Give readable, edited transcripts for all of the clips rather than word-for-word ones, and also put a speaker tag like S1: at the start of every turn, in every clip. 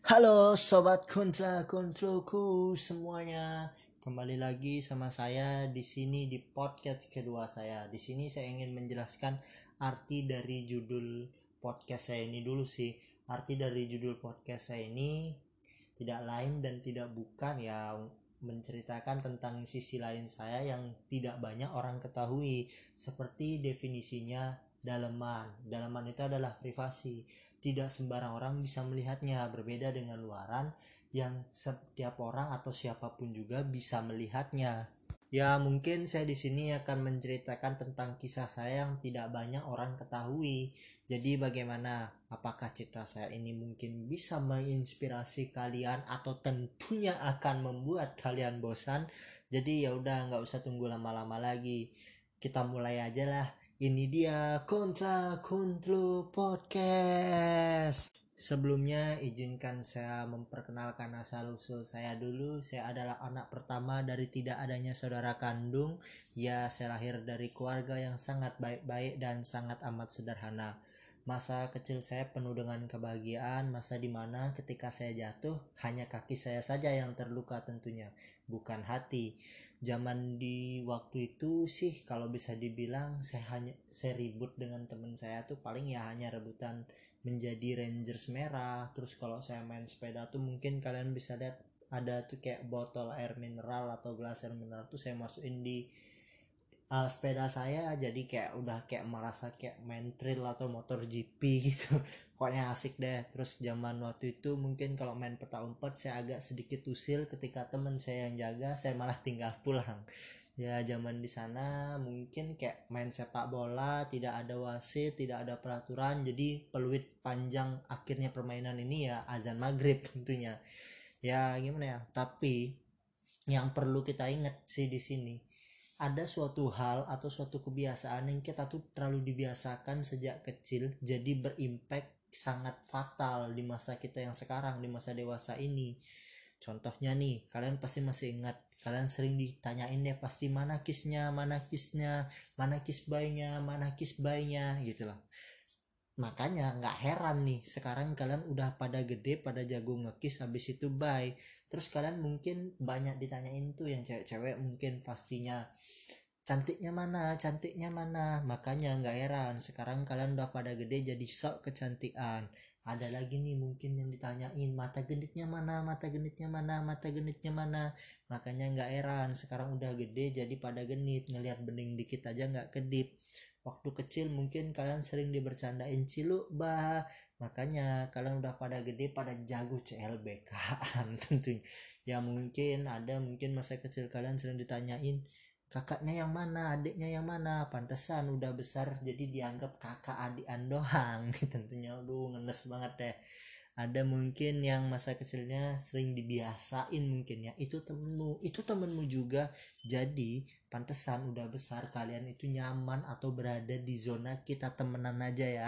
S1: Halo sobat kontroku semuanya. Kembali lagi sama saya di sini di podcast kedua saya. Di sini saya ingin menjelaskan arti dari judul podcast saya ini dulu sih. Arti dari judul podcast saya ini tidak lain dan tidak bukan ya, menceritakan tentang sisi lain saya yang tidak banyak orang ketahui, seperti definisinya daleman. Daleman itu adalah privasi. Tidak sembarang orang bisa melihatnya, berbeda dengan luaran yang setiap orang atau siapapun juga bisa melihatnya. Ya, mungkin saya di sini akan menceritakan tentang kisah saya yang tidak banyak orang ketahui. Jadi bagaimana? Apakah cerita saya ini mungkin bisa menginspirasi kalian atau tentunya akan membuat kalian bosan? Jadi ya udah, nggak usah tunggu lama-lama lagi. Kita mulai aja lah. Ini dia Kontro Podcast. Sebelumnya izinkan saya memperkenalkan asal-usul saya dulu. Saya adalah anak pertama dari tidak adanya saudara kandung. Ya, saya lahir dari keluarga yang sangat baik-baik dan sangat amat sederhana. Masa kecil saya penuh dengan kebahagiaan, masa dimana ketika saya jatuh hanya kaki saya saja yang terluka tentunya, bukan hati. Zaman di waktu itu sih kalau bisa dibilang saya ribut dengan teman saya tuh paling ya hanya rebutan menjadi Rangers merah. Terus kalau saya main sepeda tuh mungkin kalian bisa lihat ada tuh kayak botol air mineral atau gelas air mineral tuh saya masukin di sepeda saya, jadi kayak udah kayak merasa kayak main trail atau motor GP gitu. Pokoknya asik deh. Terus zaman waktu itu mungkin kalau main peta umpet saya agak sedikit usil ketika teman saya yang jaga, saya malah tinggal pulang. Ya, zaman di sana mungkin kayak main sepak bola, tidak ada wasit, tidak ada peraturan, jadi peluit panjang akhirnya permainan ini ya azan maghrib tentunya. Ya gimana ya, tapi yang perlu kita ingat sih di sini, ada suatu hal atau suatu kebiasaan yang kita tuh terlalu dibiasakan sejak kecil, jadi berimpact sangat fatal di masa kita yang sekarang, di masa dewasa ini. Contohnya nih, kalian pasti masih ingat, kalian sering ditanyain deh pasti, mana kisnya, mana kisnya, mana kis bayinya, mana kis bayinya gitu loh. Makanya nggak heran nih sekarang kalian udah pada gede, pada jago ngekis, habis itu bye. Terus kalian mungkin banyak ditanyain tuh yang cewek-cewek, mungkin pastinya cantiknya mana, cantiknya mana. Makanya nggak heran sekarang kalian udah pada gede jadi sok kecantikan. Ada lagi nih mungkin yang ditanyain, mata genitnya mana, mata genitnya mana, mata genitnya mana. Makanya nggak heran sekarang udah gede jadi pada genit, ngelihat bening dikit aja nggak kedip. Waktu kecil mungkin kalian sering dibercandain ciluk bah, makanya kalian udah pada gede pada jago CLBK-an tentunya. Ya mungkin ada, mungkin masa kecil kalian sering ditanyain kakaknya yang mana, adiknya yang mana. Pantesan udah besar jadi dianggap kakak adikan doang. Tentunya lu ngenes banget deh. Ada mungkin yang masa kecilnya sering dibiasain, mungkin ya itu temenmu juga, jadi pantesan udah besar kalian itu nyaman atau berada di zona kita temenan aja ya.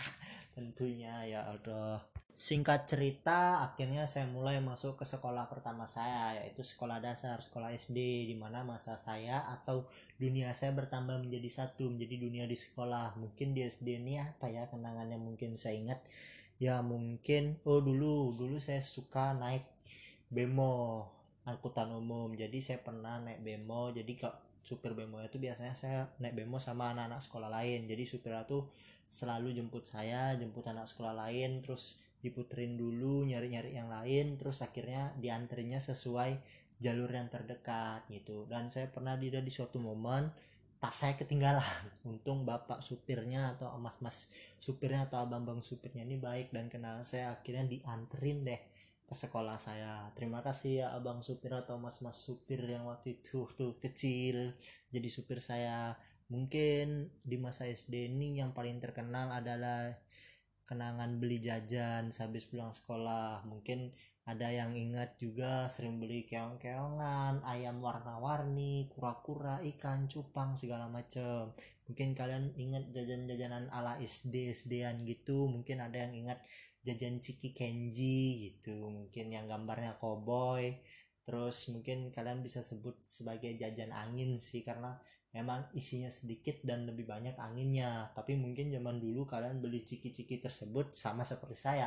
S1: Tentunya ya Allah. Singkat cerita, akhirnya saya mulai masuk ke sekolah pertama saya, yaitu sekolah dasar, sekolah SD, di mana masa saya atau dunia saya bertambah menjadi satu, menjadi dunia di sekolah. Mungkin di SD ini apa ya kenangannya mungkin saya ingat. Ya mungkin, oh dulu dulu saya suka naik bemo, angkutan umum. Jadi saya pernah naik bemo. Jadi kalau supir bemo itu biasanya saya naik bemo sama anak-anak sekolah lain. Jadi supirnya tuh selalu jemput saya, jemput anak sekolah lain, terus diputerin dulu, nyari-nyari yang lain, terus akhirnya dianterinnya sesuai jalur yang terdekat gitu. Dan saya pernah di suatu momen tas saya ketinggalan. Untung bapak supirnya atau mas-mas supirnya atau abang-abang supirnya ini baik dan kenal saya, akhirnya dianterin deh ke sekolah saya. Terima kasih ya abang supir atau mas-mas supir yang waktu itu tuh kecil jadi supir saya. Mungkin di masa SD ini yang paling terkenal adalah kenangan beli jajan sehabis pulang sekolah. Mungkin ada yang ingat juga sering beli keong-keongan, ayam warna-warni, kura-kura, ikan, cupang, segala macam. Mungkin kalian ingat jajan-jajanan ala SD SDan gitu. Mungkin ada yang ingat jajan Ciki Kenji gitu, mungkin yang gambarnya koboi. Terus mungkin kalian bisa sebut sebagai jajan angin sih, karena memang isinya sedikit dan lebih banyak anginnya. Tapi mungkin zaman dulu kalian beli ciki-ciki tersebut sama seperti saya,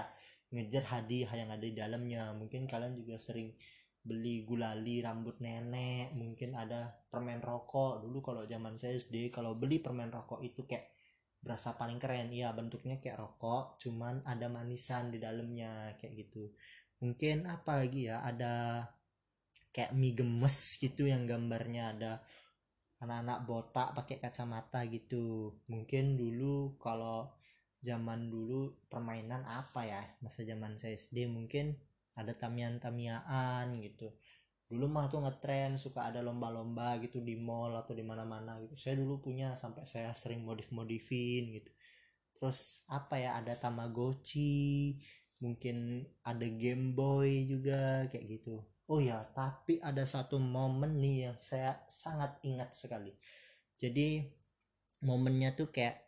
S1: ngejar hadiah yang ada di dalamnya. Mungkin kalian juga sering beli gulali rambut nenek, mungkin ada permen rokok. Dulu kalau zaman saya SD, kalau beli permen rokok itu kayak berasa paling keren. Iya, bentuknya kayak rokok cuman ada manisan di dalamnya kayak gitu. Mungkin apa lagi ya, ada kayak mie gemes gitu yang gambarnya ada anak-anak botak pakai kacamata gitu. Mungkin dulu kalau zaman dulu permainan apa ya, masa zaman saya SD, mungkin ada tamian-tamiaan gitu. Dulu mah tuh ngetren suka ada lomba-lomba gitu di mall atau di mana-mana gitu. Saya dulu punya, sampai saya sering modif-modifin gitu. Terus apa ya, ada Tamagotchi, mungkin ada Game Boy juga kayak gitu. Oh ya, tapi ada satu momen nih yang saya sangat ingat sekali. Jadi momennya tuh kayak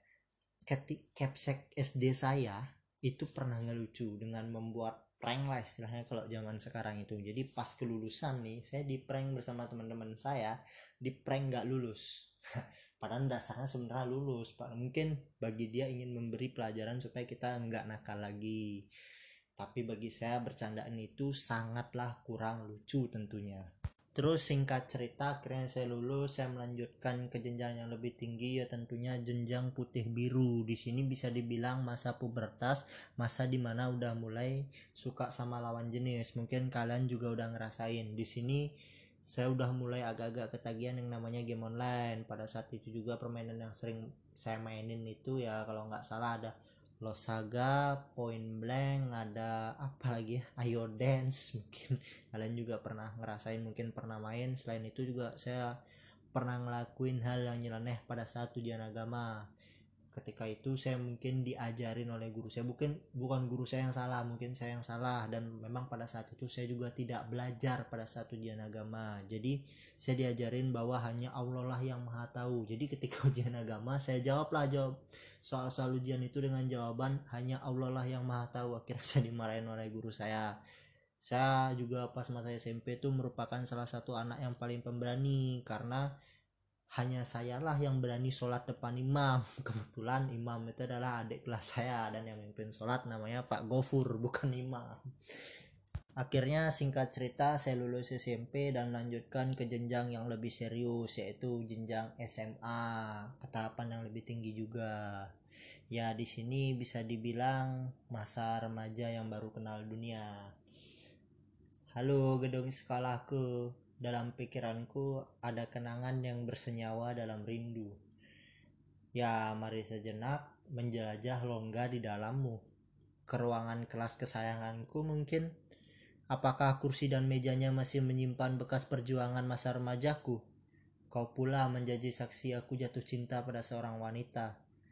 S1: capsek SD saya itu pernah ngelucu dengan membuat prank lah istilahnya kalau zaman sekarang itu. Jadi pas kelulusan nih, saya di prank bersama teman-teman saya, di prank nggak lulus. Padahal dasarnya sebenarnya lulus, Pak. Mungkin bagi dia ingin memberi pelajaran supaya kita nggak nakal lagi. Tapi bagi saya bercandaan itu sangatlah kurang lucu tentunya. Terus singkat cerita, akhirnya saya lulus, saya melanjutkan ke jenjang yang lebih tinggi, ya tentunya jenjang putih biru. Di sini bisa dibilang masa pubertas, masa dimana udah mulai suka sama lawan jenis. Mungkin kalian juga udah ngerasain. Di sini saya udah mulai agak-agak ketagihan yang namanya game online. Pada saat itu juga permainan yang sering saya mainin itu ya kalau nggak salah ada Losaga, Point Blank, ada apa lagi ya, Ayo Dance. Mungkin kalian juga pernah ngerasain, mungkin pernah main. Selain itu juga saya pernah ngelakuin hal yang nyeleneh pada saat ujian agama. Ketika itu saya mungkin diajarin oleh guru saya, bukan guru saya yang salah, mungkin saya yang salah. Dan memang pada saat itu saya juga tidak belajar pada saat ujian agama. Jadi saya diajarin bahwa hanya Allah lah yang maha tahu. Jadi ketika ujian agama saya jawab soal-soal ujian itu dengan jawaban hanya Allah lah yang maha tahu. Akhirnya saya dimarahin oleh guru saya. Saya juga pas masa SMP itu merupakan salah satu anak yang paling pemberani, karena hanya sayalah yang berani sholat depan imam. Kebetulan imam itu adalah adik kelas saya, dan yang memimpin sholat namanya Pak Gofur, bukan imam. Akhirnya singkat cerita saya lulus SMP dan lanjutkan ke jenjang yang lebih serius, yaitu jenjang SMA, ke tahapan yang lebih tinggi juga. Ya di sini bisa dibilang masa remaja yang baru kenal dunia. Halo gedung sekolahku, dalam pikiranku ada kenangan yang bersenyawa dalam rindu. Ya mari sejenak menjelajah longga di dalammu. Ke ruangan kelas kesayanganku mungkin. Apakah kursi dan mejanya masih menyimpan bekas perjuangan masa remajaku? Kau pula menjadi saksi aku jatuh cinta pada seorang wanita.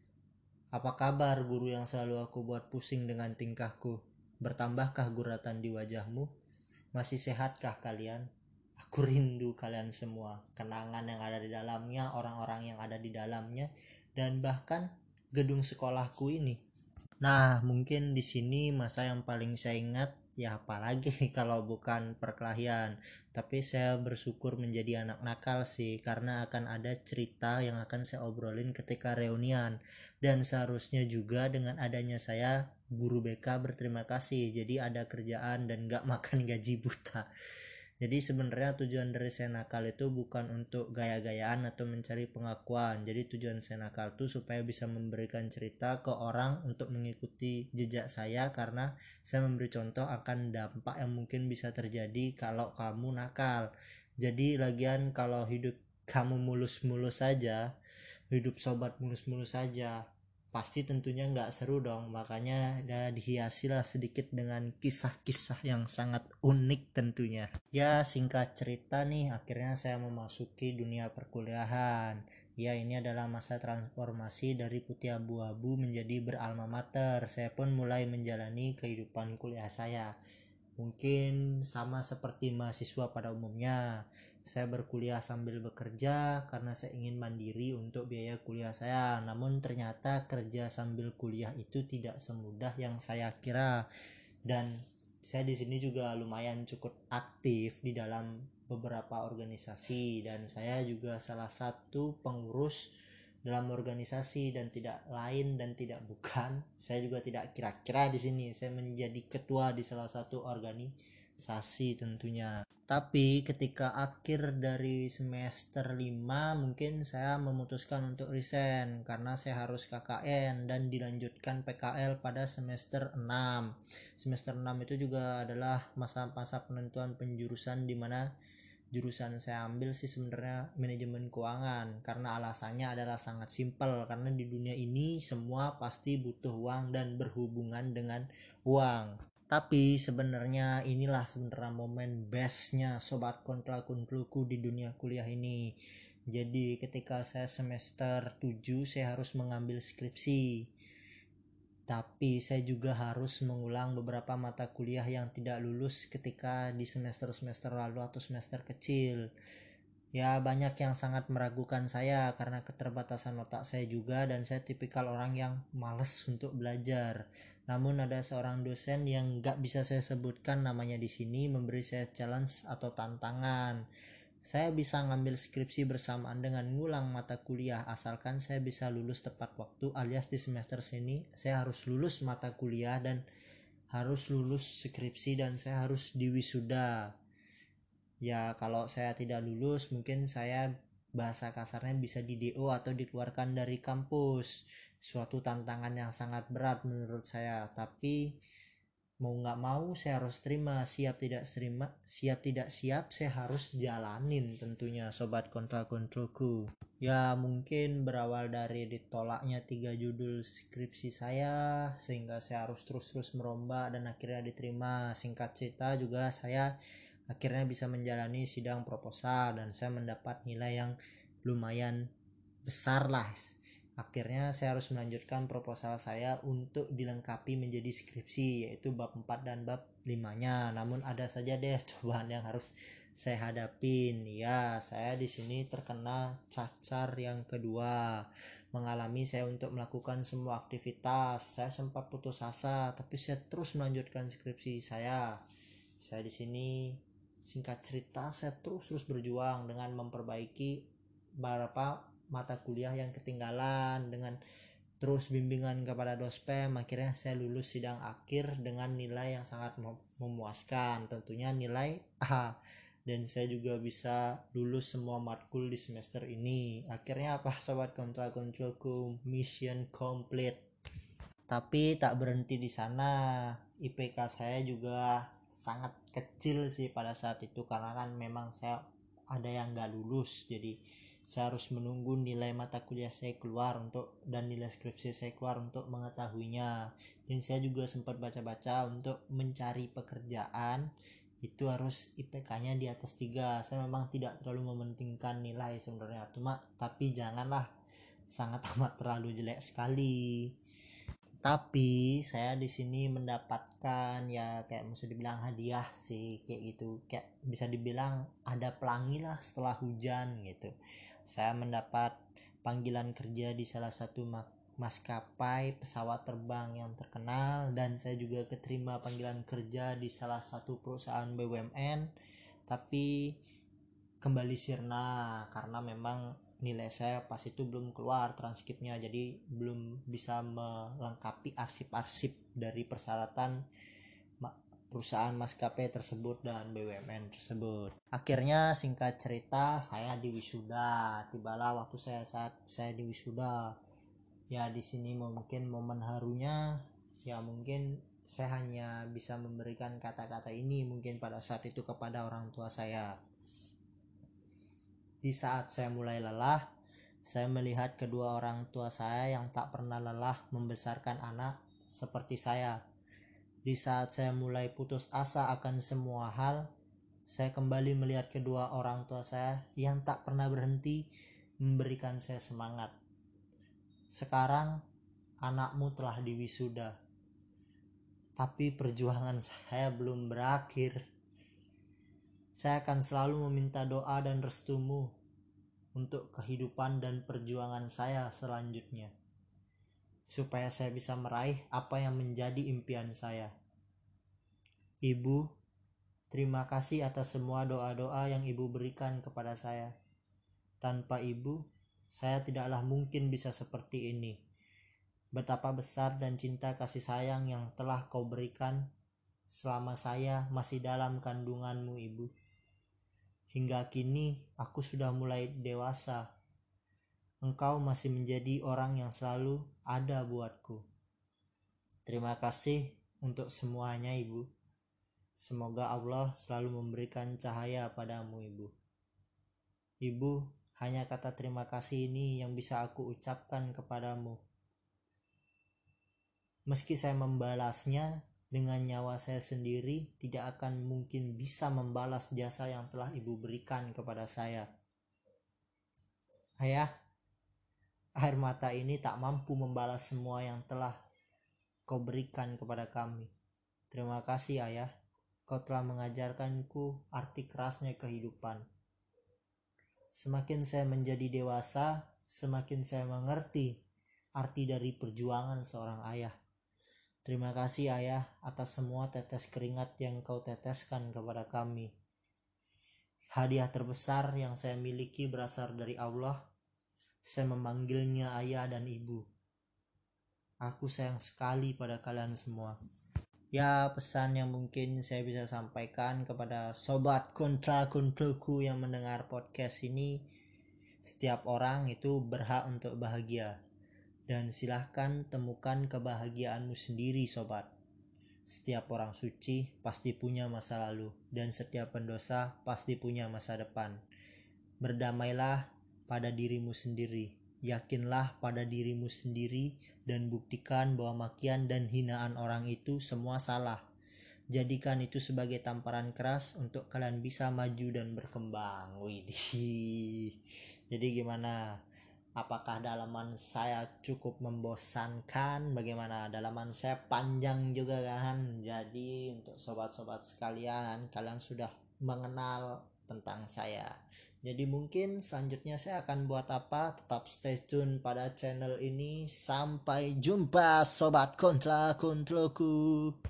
S1: Apa kabar guru yang selalu aku buat pusing dengan tingkahku? Bertambahkah guratan di wajahmu? Masih sehatkah kalian? Aku rindu kalian semua, kenangan yang ada di dalamnya, orang-orang yang ada di dalamnya, dan bahkan gedung sekolahku ini. Nah, mungkin di sini masa yang paling saya ingat ya apalagi kalau bukan perkelahian. Tapi saya bersyukur menjadi anak nakal sih, karena akan ada cerita yang akan saya obrolin ketika reunian. Dan seharusnya juga dengan adanya saya, guru BK berterima kasih. Jadi ada kerjaan dan gak makan gaji buta. Jadi sebenarnya tujuan dari saya nakal itu bukan untuk gaya-gayaan atau mencari pengakuan. Jadi tujuan saya nakal itu supaya bisa memberikan cerita ke orang untuk mengikuti jejak saya, karena saya memberi contoh akan dampak yang mungkin bisa terjadi kalau kamu nakal. Jadi lagian kalau hidup kamu mulus-mulus saja, hidup sobat mulus-mulus saja, pasti tentunya nggak seru dong. Makanya ya dihiasilah sedikit dengan kisah-kisah yang sangat unik tentunya. Ya singkat cerita nih, akhirnya saya memasuki dunia perkuliahan. Ya ini adalah masa transformasi dari putih abu-abu menjadi beralma mater. Saya pun mulai menjalani kehidupan kuliah saya. Mungkin sama seperti mahasiswa pada umumnya, saya berkuliah sambil bekerja karena saya ingin mandiri untuk biaya kuliah saya. Namun ternyata kerja sambil kuliah itu tidak semudah yang saya kira. Dan saya di sini juga lumayan cukup aktif di dalam beberapa organisasi, dan saya juga salah satu pengurus dalam organisasi dan tidak lain dan tidak bukan. Saya juga tidak kira-kira di sini saya menjadi ketua di salah satu organisasi tentunya. Tapi ketika akhir dari semester 5 mungkin saya memutuskan untuk resign karena saya harus KKN dan dilanjutkan PKL pada semester 6. Semester 6 itu juga adalah masa-masa penentuan penjurusan di mana jurusan saya ambil sih sebenarnya manajemen keuangan, karena alasannya adalah sangat simpel, karena di dunia ini semua pasti butuh uang dan berhubungan dengan uang. Tapi sebenarnya inilah sebenarnya momen bestnya sobat kontra kuntluku di dunia kuliah ini. Jadi ketika saya semester 7 saya harus mengambil skripsi, tapi saya juga harus mengulang beberapa mata kuliah yang tidak lulus ketika di semester-semester lalu atau semester kecil. Ya, banyak yang sangat meragukan saya karena keterbatasan otak saya juga, dan saya tipikal orang yang males untuk belajar. Namun ada seorang dosen yang gak bisa saya sebutkan namanya di sini memberi saya challenge atau tantangan. Saya bisa ngambil skripsi bersamaan dengan ngulang mata kuliah asalkan saya bisa lulus tepat waktu, alias di semester sini saya harus lulus mata kuliah dan harus lulus skripsi dan saya harus diwisuda. Ya kalau saya tidak lulus mungkin saya bahasa kasarnya bisa di DO atau dikeluarkan dari kampus. Suatu tantangan yang sangat berat menurut saya, tapi mau nggak mau saya harus terima, siap tidak siap saya harus jalanin tentunya sobat kontra kontrolku. Ya mungkin berawal dari ditolaknya 3 judul skripsi saya sehingga saya harus terus merombak dan akhirnya diterima. Singkat cerita juga saya akhirnya bisa menjalani sidang proposal dan saya mendapat nilai yang lumayan besar lah. Akhirnya saya harus melanjutkan proposal saya untuk dilengkapi menjadi skripsi, yaitu bab 4 dan bab 5-nya. Namun ada saja deh cobaan yang harus saya hadapin. Ya, saya di sini terkena cacar yang kedua. Mengalami saya untuk melakukan semua aktivitas. Saya sempat putus asa, tapi saya terus melanjutkan skripsi saya. Saya di sini singkat cerita saya terus berjuang dengan memperbaiki beberapa mata kuliah yang ketinggalan dengan terus bimbingan kepada dospem. Akhirnya saya lulus sidang akhir dengan nilai yang sangat memuaskan, tentunya nilai A, dan saya juga bisa lulus semua matkul di semester ini. Akhirnya apa sobat kontra kontrolku, mission complete. Tapi tak berhenti di sana, IPK saya juga sangat kecil sih pada saat itu karena kan memang saya ada yang gak lulus, jadi saya harus menunggu nilai mata kuliah saya keluar dan nilai skripsi saya keluar untuk mengetahuinya. Dan saya juga sempat baca-baca untuk mencari pekerjaan itu harus IPK-nya di atas 3. Saya memang tidak terlalu mementingkan nilai sebenarnya, tapi janganlah sangat amat terlalu jelek sekali. Tapi saya di sini mendapatkan ya kayak bisa dibilang hadiah sih, kayak gitu, kayak bisa dibilang ada pelangi lah setelah hujan gitu. Saya mendapat panggilan kerja di salah satu maskapai pesawat terbang yang terkenal, dan saya juga keterima panggilan kerja di salah satu perusahaan BUMN, tapi kembali sirna karena memang nilai saya pas itu belum keluar transkripnya, jadi belum bisa melengkapi arsip-arsip dari persyaratan perusahaan maskapai tersebut dan BUMN tersebut. Akhirnya singkat cerita saya diwisuda. Tibalah waktu saat saya diwisuda. Ya di sini mungkin momen harunya ya mungkin saya hanya bisa memberikan kata-kata ini mungkin pada saat itu kepada orang tua saya. Di saat saya mulai lelah, saya melihat kedua orang tua saya yang tak pernah lelah membesarkan anak seperti saya. Di saat saya mulai putus asa akan semua hal, saya kembali melihat kedua orang tua saya yang tak pernah berhenti memberikan saya semangat. Sekarang anakmu telah diwisuda, tapi perjuangan saya belum berakhir. Saya akan selalu meminta doa dan restumu untuk kehidupan dan perjuangan saya selanjutnya, supaya saya bisa meraih apa yang menjadi impian saya. Ibu, terima kasih atas semua doa-doa yang ibu berikan kepada saya. Tanpa ibu, Saya tidaklah mungkin bisa seperti ini. Betapa besar dan cinta kasih sayang yang telah kau berikan selama saya masih dalam kandunganmu, Ibu. Hingga kini aku sudah mulai dewasa. Engkau masih menjadi orang yang selalu ada buatku. Terima kasih untuk semuanya, Ibu. Semoga Allah selalu memberikan cahaya padamu, Ibu. Ibu, hanya kata terima kasih ini yang bisa aku ucapkan kepadamu. Meski saya membalasnya dengan nyawa saya sendiri, tidak akan mungkin bisa membalas jasa yang telah Ibu berikan kepada saya. Ayah, air mata ini tak mampu membalas semua yang telah kau berikan kepada kami. Terima kasih, Ayah. Kau telah mengajarkanku arti kerasnya kehidupan. Semakin saya menjadi dewasa, semakin saya mengerti arti dari perjuangan seorang ayah. Terima kasih, Ayah, atas semua tetes keringat yang kau teteskan kepada kami. Hadiah terbesar yang saya miliki berasal dari Allah. Saya memanggilnya Ayah dan Ibu. Aku sayang sekali pada kalian semua. Ya, pesan yang mungkin saya bisa sampaikan kepada sobat kontraku yang mendengar podcast ini, setiap orang itu berhak untuk bahagia. Dan silahkan temukan kebahagiaanmu sendiri, sobat. Setiap orang suci pasti punya masa lalu, dan setiap pendosa pasti punya masa depan. Berdamailah pada dirimu sendiri. Yakinlah pada dirimu sendiri dan buktikan bahwa makian dan hinaan orang itu semua salah. Jadikan itu sebagai tamparan keras untuk kalian bisa maju dan berkembang. Widih. Jadi gimana? Apakah dalaman saya cukup membosankan? Bagaimana? Dalaman saya panjang juga kan? Jadi untuk sobat-sobat sekalian, kalian sudah mengenal tentang saya. Jadi mungkin selanjutnya saya akan buat apa? Tetap stay tune pada channel ini. Sampai jumpa sobat kontraku.